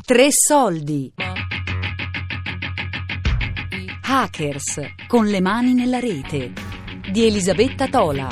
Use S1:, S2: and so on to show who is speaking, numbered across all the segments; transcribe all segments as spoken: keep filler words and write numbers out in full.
S1: Tre soldi. Hackers con le mani nella rete di Elisabetta Tola.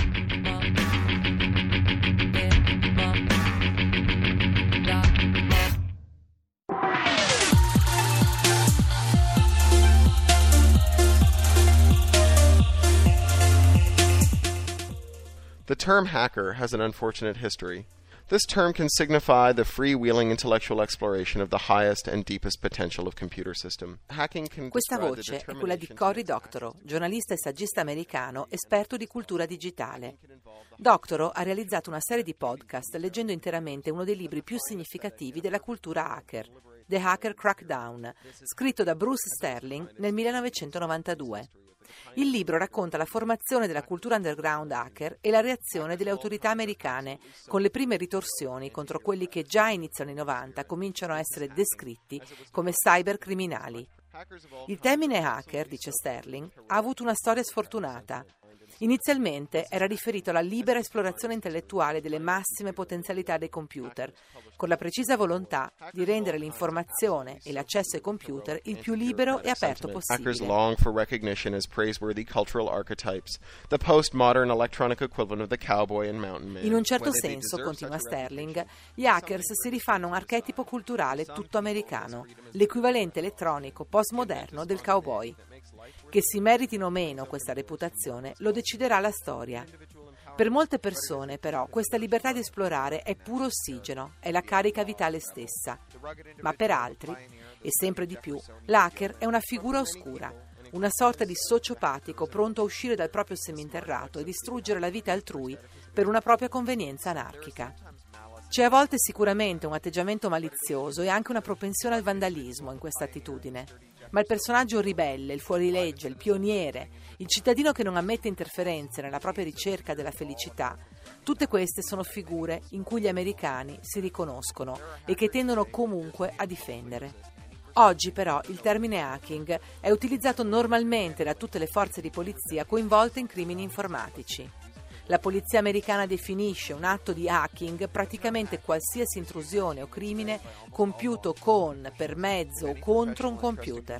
S2: The term hacker has an unfortunate history. This term can signify the freewheeling intellectual exploration of the highest and deepest potential of computer system. Hacking can
S3: Questa voce è quella di Cory Doctorow, giornalista e saggista americano, esperto di cultura digitale. Doctorow ha realizzato una serie di podcast leggendo interamente uno dei libri più significativi della cultura hacker, The Hacker Crackdown, scritto da Bruce Sterling nel millenovecentonovantadue. Il libro racconta la formazione della cultura underground hacker e la reazione delle autorità americane, con le prime ritorsioni contro quelli che già a inizio anni novanta cominciano a essere descritti come cybercriminali. Il termine hacker, dice Sterling, ha avuto una storia sfortunata. Inizialmente era riferito alla libera esplorazione intellettuale delle massime potenzialità dei computer, con la precisa volontà di rendere l'informazione e l'accesso ai computer il più libero e aperto possibile.
S2: Hackers long for recognition as praiseworthy cultural archetypes, the postmodern electronic equivalent of the cowboy and mountain man.
S3: In un certo senso, continua Sterling, gli hackers si rifanno a un archetipo culturale tutto americano, l'equivalente elettronico postmoderno del cowboy. Che si meritino o meno questa reputazione lo deciderà la storia. Per molte persone, però, questa libertà di esplorare è puro ossigeno, è la carica vitale stessa. Ma per altri, e sempre di più, l'hacker è una figura oscura, una sorta di sociopatico pronto a uscire dal proprio seminterrato e distruggere la vita altrui per una propria convenienza anarchica. C'è a volte sicuramente un atteggiamento malizioso e anche una propensione al vandalismo in questa attitudine. Ma il personaggio ribelle, il fuorilegge, il pioniere, il cittadino che non ammette interferenze nella propria ricerca della felicità, tutte queste sono figure in cui gli americani si riconoscono e che tendono comunque a difendere. Oggi però il termine hacking è utilizzato normalmente da tutte le forze di polizia coinvolte in crimini informatici. La polizia americana definisce un atto di hacking praticamente qualsiasi intrusione o crimine compiuto con, per mezzo o contro un computer.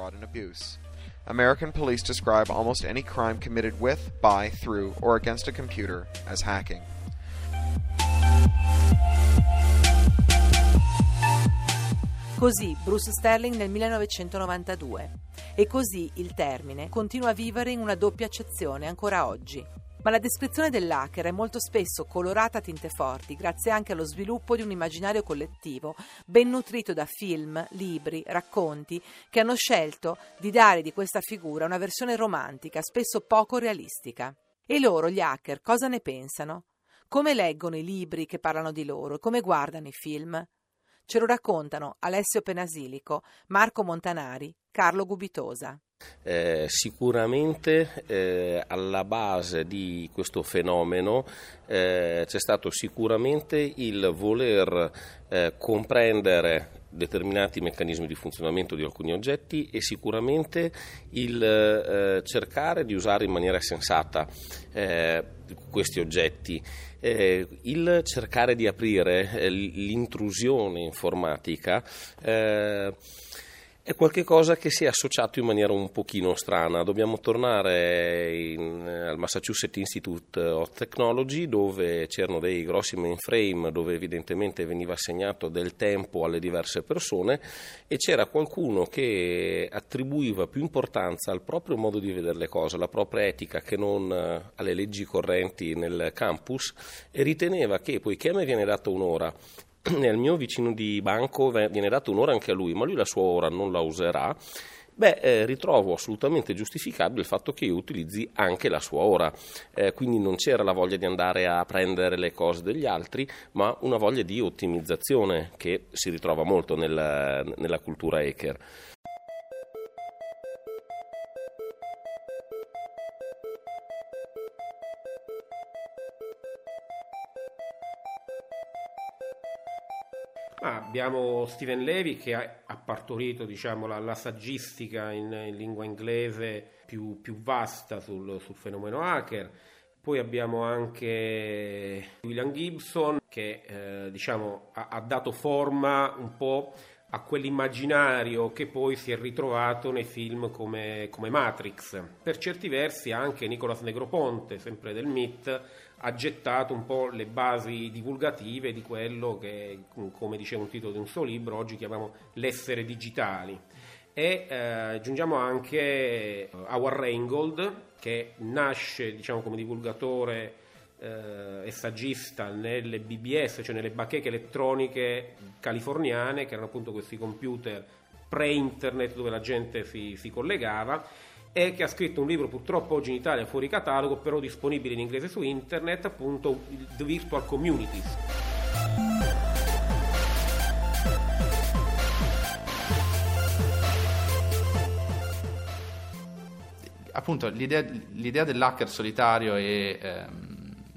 S2: American police describe almost any crime committed with, by, through, or against a computer as hacking.
S3: Così Bruce Sterling nel millenovecentonovantadue. E così il termine continua a vivere in una doppia accezione ancora oggi. Ma la descrizione dell'hacker è molto spesso colorata a tinte forti grazie anche allo sviluppo di un immaginario collettivo ben nutrito da film, libri, racconti che hanno scelto di dare di questa figura una versione romantica, spesso poco realistica. E loro, gli hacker, cosa ne pensano? Come leggono i libri che parlano di loro e come guardano i film? Ce lo raccontano Alessio Penasilico, Marco Montanari, Carlo Gubitosa.
S4: Eh, sicuramente eh, alla base di questo fenomeno eh, c'è stato sicuramente il voler eh, comprendere determinati meccanismi di funzionamento di alcuni oggetti e sicuramente il eh, cercare di usare in maniera sensata eh, questi oggetti. Eh, il cercare di aprire eh, l'intrusione informatica eh, è qualcosa che si è associato in maniera un pochino strana. Dobbiamo tornare in, al Massachusetts Institute of Technology, dove c'erano dei grossi mainframe, dove evidentemente veniva assegnato del tempo alle diverse persone e c'era qualcuno che attribuiva più importanza al proprio modo di vedere le cose, alla propria etica, che non alle leggi correnti nel campus, e riteneva che, poiché a me viene data un'ora e al mio vicino di banco viene data un'ora anche a lui, ma lui la sua ora non la userà, beh, eh, ritrovo assolutamente giustificabile il fatto che io utilizzi anche la sua ora. Eh, quindi non c'era la voglia di andare a prendere le cose degli altri, ma una voglia di ottimizzazione che si ritrova molto nella, nella cultura hacker.
S5: Ah, abbiamo Steven Levy che ha, ha partorito, diciamo, la, la saggistica in, in lingua inglese più, più vasta sul, sul fenomeno hacker. Poi abbiamo anche William Gibson che eh, diciamo, ha, ha dato forma un po' a quell'immaginario che poi si è ritrovato nei film come, come Matrix. Per certi versi anche Nicolas Negroponte, sempre del M I T, ha gettato un po' le basi divulgative di quello che, come diceva un titolo di un suo libro, oggi chiamiamo l'essere digitali. E eh, aggiungiamo anche Howard Rheingold, che nasce, diciamo, come divulgatore eh, e saggista nelle B B S, cioè nelle bacheche elettroniche californiane, che erano appunto questi computer pre-internet dove la gente si, si collegava, e che ha scritto un libro purtroppo oggi in Italia fuori catalogo, però disponibile in inglese su internet, appunto The Virtual Communities.
S6: Appunto l'idea, l'idea dell'hacker solitario e ehm,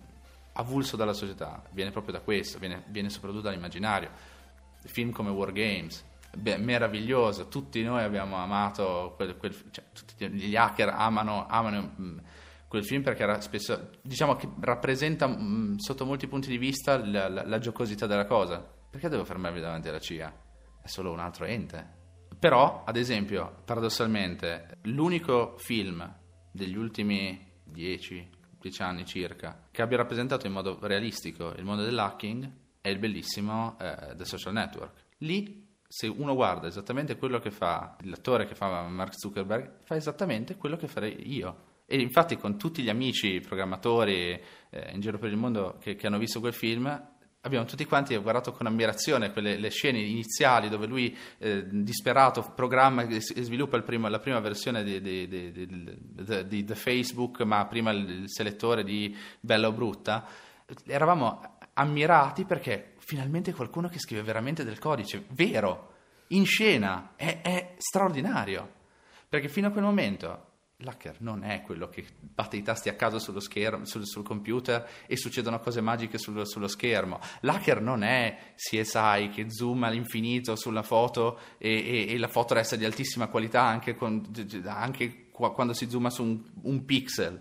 S6: avulso dalla società viene proprio da questo, viene, viene soprattutto dall'immaginario. Film come War Games, beh, meraviglioso, tutti noi abbiamo amato quel, quel cioè, tutti gli hacker amano, amano mh, quel film perché era spesso, diciamo che rappresenta mh, sotto molti punti di vista la, la, la giocosità della cosa. Perché devo fermarmi davanti alla C I A? È solo un altro ente. Però, ad esempio, paradossalmente, l'unico film degli ultimi dieci anni circa che abbia rappresentato in modo realistico il mondo dell'hacking è il bellissimo eh, The Social Network. Lì, se uno guarda esattamente quello che fa l'attore che fa Mark Zuckerberg, fa esattamente quello che farei io. E infatti con tutti gli amici programmatori eh, in giro per il mondo che, che hanno visto quel film, abbiamo tutti quanti guardato con ammirazione quelle le scene iniziali dove lui eh, disperato programma e sviluppa il primo, la prima versione di, di, di, di, di, di, di Facebook, ma prima il, il selettore di Bella o Brutta. Eravamo ammirati perché finalmente qualcuno che scrive veramente del codice vero, in scena, è, è straordinario, perché fino a quel momento l'hacker non è quello che batte i tasti a caso sullo schermo, sul, sul computer e succedono cose magiche sullo, sullo schermo. L'hacker non è C S I che zooma all'infinito sulla foto e, e, e la foto resta di altissima qualità anche, con, anche quando si zooma su un, un pixel.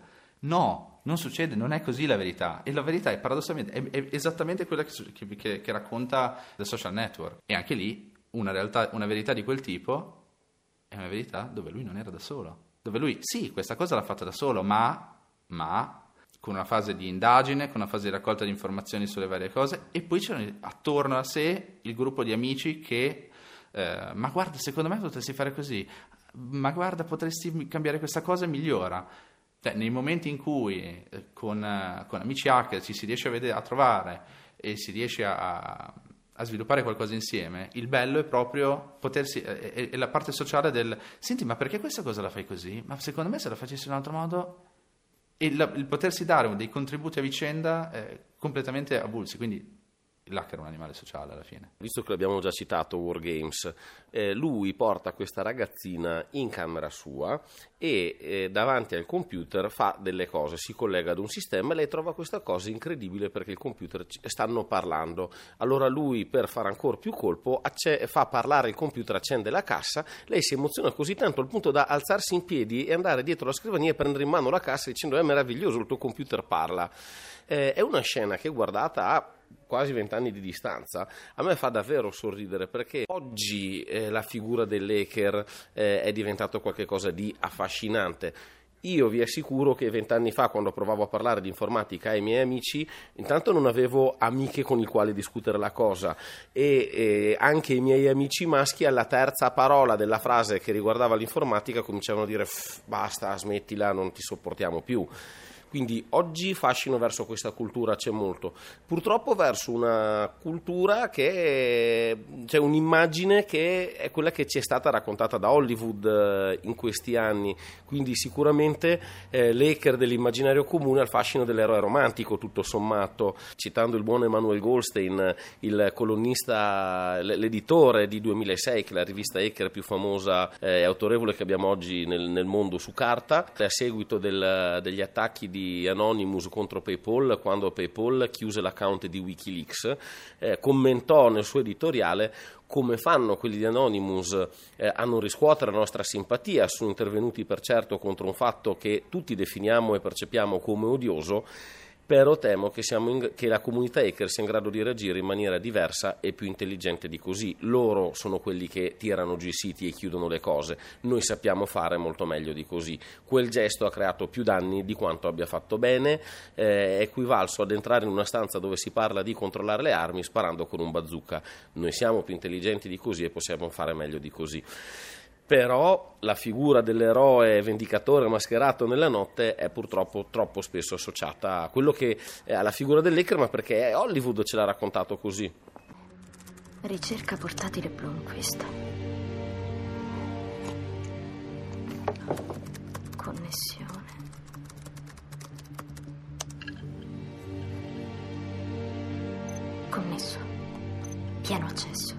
S6: No, non succede, non è così la verità. E la verità è paradossalmente è, è esattamente quella che, che, che racconta The Social Network. E anche lì una, realtà, una verità di quel tipo è una verità dove lui non era da solo. Dove lui, sì, questa cosa l'ha fatta da solo, ma, ma con una fase di indagine, con una fase di raccolta di informazioni sulle varie cose, e poi c'era attorno a sé il gruppo di amici che, eh, ma guarda, secondo me potresti fare così, ma guarda, potresti cambiare questa cosa e migliora. Cioè, nei momenti in cui eh, con, eh, con amici hacker ci si riesce a, vedere, a trovare e si riesce a... a sviluppare qualcosa insieme, il bello è proprio potersi, è, è, è la parte sociale del senti, ma perché questa cosa la fai così? Ma secondo me se la facessi in un altro modo, e la, il potersi dare dei contributi a vicenda eh, completamente avulsi, quindi l'hacker è un animale sociale alla fine.
S4: Visto che l'abbiamo già citato, War Games, eh, lui porta questa ragazzina in camera sua e eh, davanti al computer fa delle cose, si collega ad un sistema e lei trova questa cosa incredibile perché il computer stanno parlando. Allora lui, per fare ancora più colpo, acce- fa parlare il computer, accende la cassa, lei si emoziona così tanto al punto da alzarsi in piedi e andare dietro la scrivania e prendere in mano la cassa dicendo è meraviglioso, il tuo computer parla. Eh, è una scena che, guardata a quasi vent'anni di distanza, a me fa davvero sorridere, perché oggi eh, la figura dell'hacker eh, è diventato qualcosa di affascinante. Io vi assicuro che vent'anni fa, quando provavo a parlare di informatica ai miei amici, intanto non avevo amiche con il quale discutere la cosa e eh, anche i miei amici maschi alla terza parola della frase che riguardava l'informatica cominciavano a dire basta, smettila, non ti sopportiamo più. Quindi oggi fascino verso questa cultura c'è molto, purtroppo verso una cultura che c'è cioè un'immagine che è quella che ci è stata raccontata da Hollywood in questi anni, quindi sicuramente eh, l'hacker dell'immaginario comune al fascino dell'eroe romantico tutto sommato. Citando il buon Emanuel Goldstein, il colonnista, l'editore di duemilasei, che è la rivista hacker più famosa e autorevole che abbiamo oggi nel, nel mondo su carta, a seguito del, degli attacchi di di Anonymous contro PayPal, quando PayPal chiuse l'account di Wikileaks, eh, commentò nel suo editoriale come fanno quelli di Anonymous eh, a non riscuotere la nostra simpatia, sono intervenuti per certo contro un fatto che tutti definiamo e percepiamo come odioso, però temo che, siamo in, che la comunità hacker sia in grado di reagire in maniera diversa e più intelligente di così. Loro sono quelli che tirano giù i siti e chiudono le cose, noi sappiamo fare molto meglio di così. Quel gesto ha creato più danni di quanto abbia fatto bene, eh, è equivalso ad entrare in una stanza dove si parla di controllare le armi sparando con un bazooka. Noi siamo più intelligenti di così e possiamo fare meglio di così. Però la figura dell'eroe vendicatore mascherato nella notte è purtroppo troppo spesso associata a quello che è alla figura dell'hacker, ma perché Hollywood ce l'ha raccontato così.
S7: Ricerca portatile Blomqvist. Connessione. Connesso. Pieno accesso.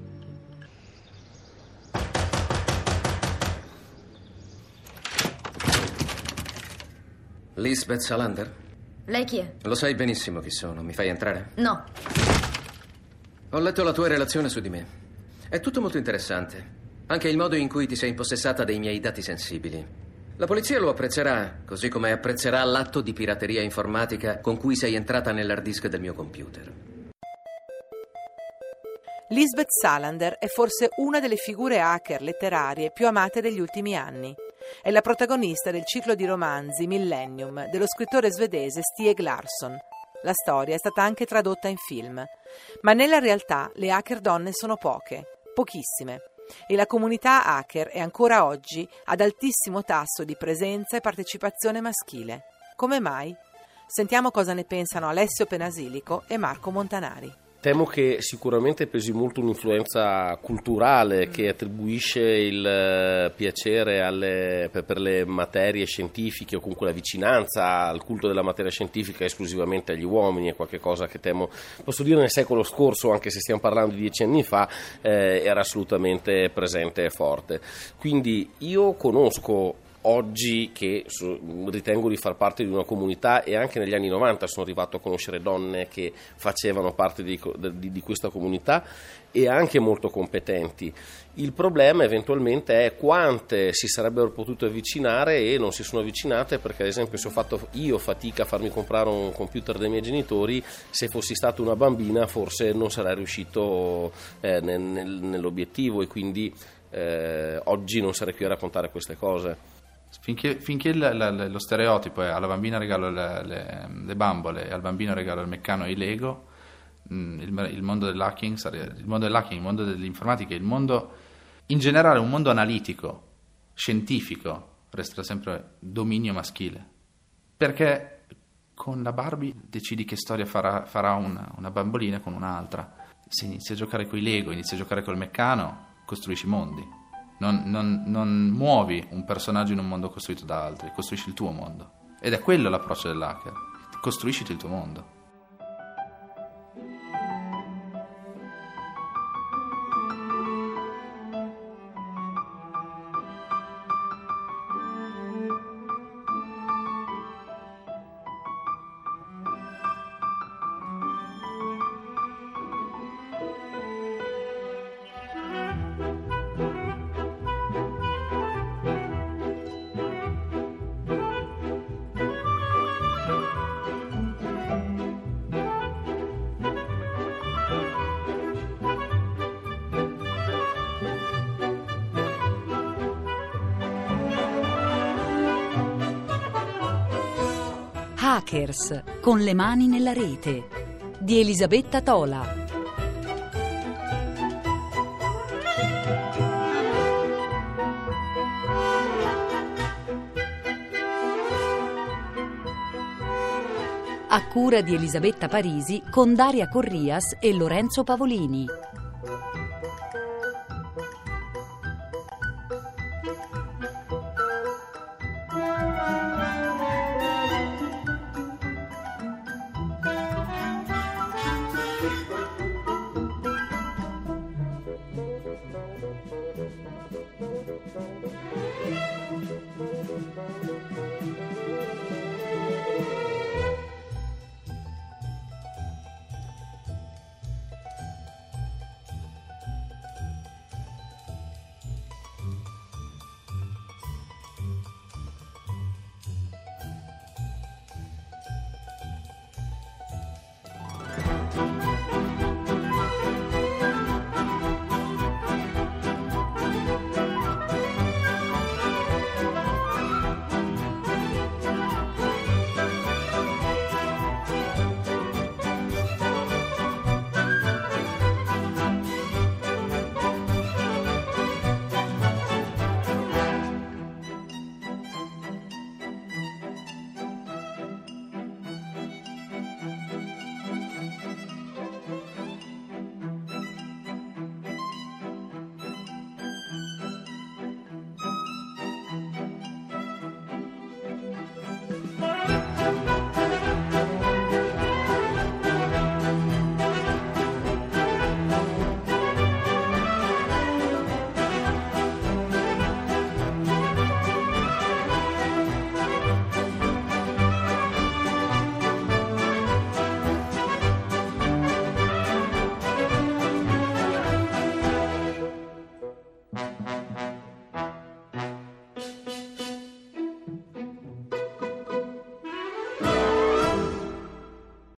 S8: Lisbeth Salander?
S7: Lei chi è?
S8: Lo sai benissimo chi sono. Mi fai entrare?
S7: No.
S8: Ho letto la tua relazione su di me. È tutto molto interessante. Anche il modo in cui ti sei impossessata dei miei dati sensibili. La polizia lo apprezzerà, così come apprezzerà l'atto di pirateria informatica con cui sei entrata nell'hard disk del mio computer.
S3: Lisbeth Salander è forse una delle figure hacker letterarie più amate degli ultimi anni. È la protagonista del ciclo di romanzi Millennium dello scrittore svedese Stieg Larsson. La storia è stata anche tradotta in film. Ma nella realtà le hacker donne sono poche, pochissime. E la comunità hacker è ancora oggi ad altissimo tasso di presenza e partecipazione maschile. Come mai? Sentiamo cosa ne pensano Alessio Penasilico e Marco Montanari.
S4: Temo che sicuramente pesi molto un'influenza culturale che attribuisce il piacere alle, per, per le materie scientifiche o comunque la vicinanza al culto della materia scientifica esclusivamente agli uomini. È qualcosa che temo, posso dire nel secolo scorso, anche se stiamo parlando di dieci anni fa, eh, era assolutamente presente e forte. Quindi io conosco oggi, che ritengo di far parte di una comunità, e anche negli anni novanta sono arrivato a conoscere donne che facevano parte di, di, di questa comunità e anche molto competenti. Il problema eventualmente è quante si sarebbero potute avvicinare e non si sono avvicinate, perché ad esempio se ho fatto io fatica a farmi comprare un computer dai miei genitori, se fossi stata una bambina forse non sarei riuscito eh, nel, nel, nell'obiettivo, e quindi eh, oggi non sarei qui a raccontare queste cose.
S6: Finché, finché la, la, lo stereotipo è alla bambina regalo le, le, le bambole e al bambino regalo il meccano e i Lego, mh, il, il mondo dell'hacking, il mondo dell'hacking, il mondo dell'informatica, il mondo in generale, un mondo analitico, scientifico, resterà sempre dominio maschile. Perché con la Barbie decidi che storia farà, farà una, una bambolina con un'altra. Se inizi a giocare con i Lego, inizi a giocare col meccano, costruisci mondi. Non, non, non muovi un personaggio in un mondo costruito da altri, costruisci il tuo mondo. Ed è quello l'approccio dell'hacker. Costruisciti il tuo mondo.
S1: Hackers con le mani nella rete di Elisabetta Tola. A cura di Elisabetta Parisi con Daria Corrias e Lorenzo Pavolini.
S2: Thank you.